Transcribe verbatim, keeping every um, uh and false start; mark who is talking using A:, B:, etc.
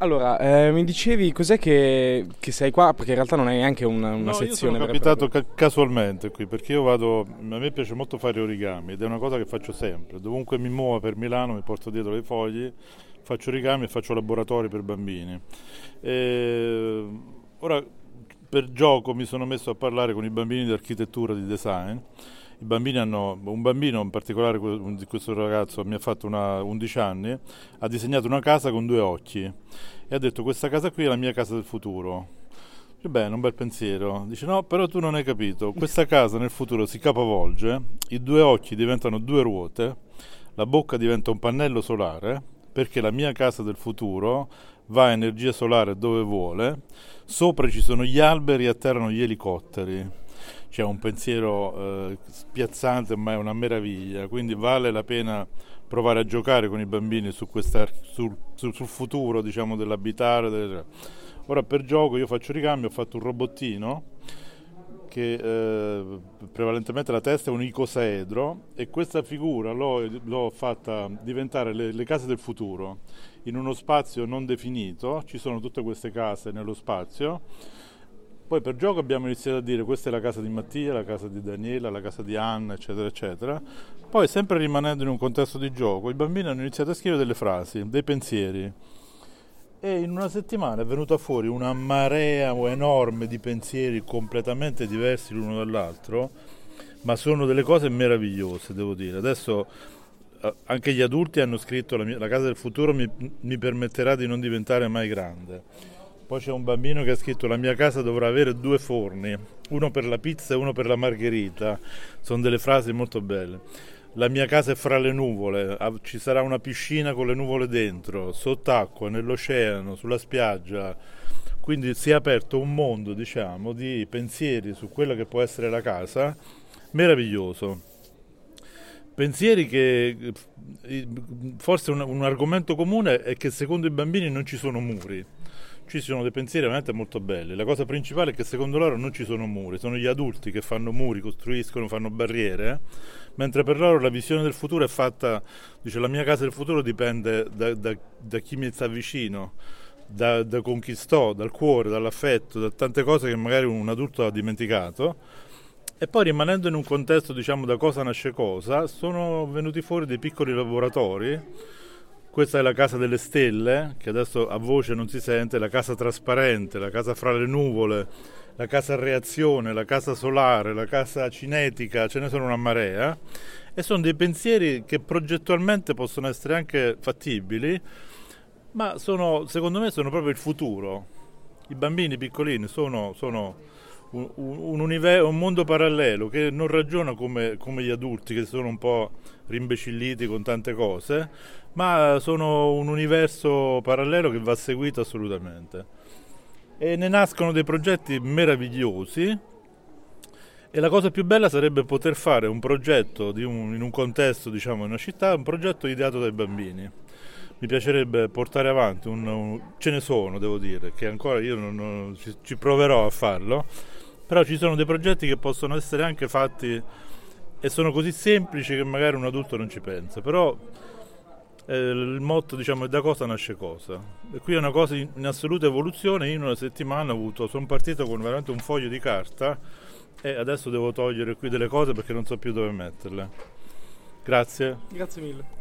A: Allora, eh, mi dicevi cos'è che, che sei qua? Perché in realtà non è neanche una, una
B: No, io
A: sezione
B: sono
A: vera e
B: capitato
A: propria.
B: ca- casualmente qui perché io vado, a me piace molto fare origami ed è una cosa che faccio sempre. Dovunque mi muovo per Milano mi porto dietro le fogli, faccio origami e faccio laboratori per bambini. E ora per gioco mi sono messo a parlare con i bambini di architettura, di design. I bambini hanno, un bambino in particolare, que- di questo ragazzo mi ha fatto una, undici anni, ha disegnato una casa con due occhi e ha detto questa casa qui è la mia casa del futuro. Dice, bene, un bel pensiero. Dice no, però tu non hai capito, questa casa nel futuro si capovolge, i due occhi diventano due ruote, la bocca diventa un pannello solare, perché la mia casa del futuro va a energia solare dove vuole, sopra ci sono gli alberi e atterrano gli elicotteri. C'è un pensiero eh, spiazzante, ma è una meraviglia, quindi vale la pena provare a giocare con i bambini su questa, sul, sul, sul futuro, diciamo, dell'abitare. Del... Ora per gioco io faccio ricambio, ho fatto un robottino che eh, prevalentemente la testa è un icosaedro e questa figura l'ho, l'ho fatta diventare le, le case del futuro in uno spazio non definito. Ci sono tutte queste case nello spazio. Poi per gioco abbiamo iniziato a dire questa è la casa di Mattia, la casa di Daniela, la casa di Anna, eccetera, eccetera. Poi, sempre rimanendo in un contesto di gioco, i bambini hanno iniziato a scrivere delle frasi, dei pensieri. E in una settimana è venuta fuori una marea enorme di pensieri completamente diversi l'uno dall'altro, ma sono delle cose meravigliose, devo dire. Adesso eh, anche gli adulti hanno scritto la, mia, la casa del futuro mi, mi permetterà di non diventare mai grande. Poi c'è un bambino che ha scritto la mia casa dovrà avere due forni, uno per la pizza e uno per la margherita. Sono delle frasi molto belle. La mia casa è fra le nuvole, ci sarà una piscina con le nuvole dentro, sott'acqua, nell'oceano, sulla spiaggia. Quindi si è aperto un mondo, diciamo, di pensieri su quella che può essere la casa, meraviglioso. Pensieri che forse un, un argomento comune è che secondo i bambini non ci sono muri. Ci sono dei pensieri veramente molto belli. La cosa principale è che secondo loro non ci sono muri, sono gli adulti che fanno muri, costruiscono, fanno barriere, mentre per loro la visione del futuro è fatta, dice la mia casa del futuro dipende da, da, da chi mi sta vicino, da, da con chi sto, dal cuore, dall'affetto, da tante cose che magari un adulto ha dimenticato. E poi rimanendo in un contesto, diciamo, da cosa nasce cosa, sono venuti fuori dei piccoli laboratori. Questa è la casa delle stelle, che adesso a voce non si sente, la casa trasparente, la casa fra le nuvole, la casa a reazione, la casa solare, la casa cinetica, ce ne sono una marea. E sono dei pensieri che progettualmente possono essere anche fattibili, ma sono, secondo me sono proprio il futuro. I bambini piccolini sono, sono un, un, univer- un mondo parallelo che non ragiona come, come gli adulti che sono un po' rimbecilliti con tante cose, ma sono un universo parallelo che va seguito assolutamente. E ne nascono dei progetti meravigliosi e la cosa più bella sarebbe poter fare un progetto di un, in un contesto, diciamo, in una città, un progetto ideato dai bambini. Mi piacerebbe portare avanti, un, un, ce ne sono, devo dire, che ancora io non, non, ci, ci proverò a farlo, però ci sono dei progetti che possono essere anche fatti e sono così semplici che magari un adulto non ci pensa, però eh, il motto, diciamo, è da cosa nasce cosa. E qui è una cosa in, in assoluta evoluzione. Io in una settimana ho avuto, sono partito con veramente un foglio di carta e adesso devo togliere qui delle cose perché non so più dove metterle. Grazie.
A: Grazie mille.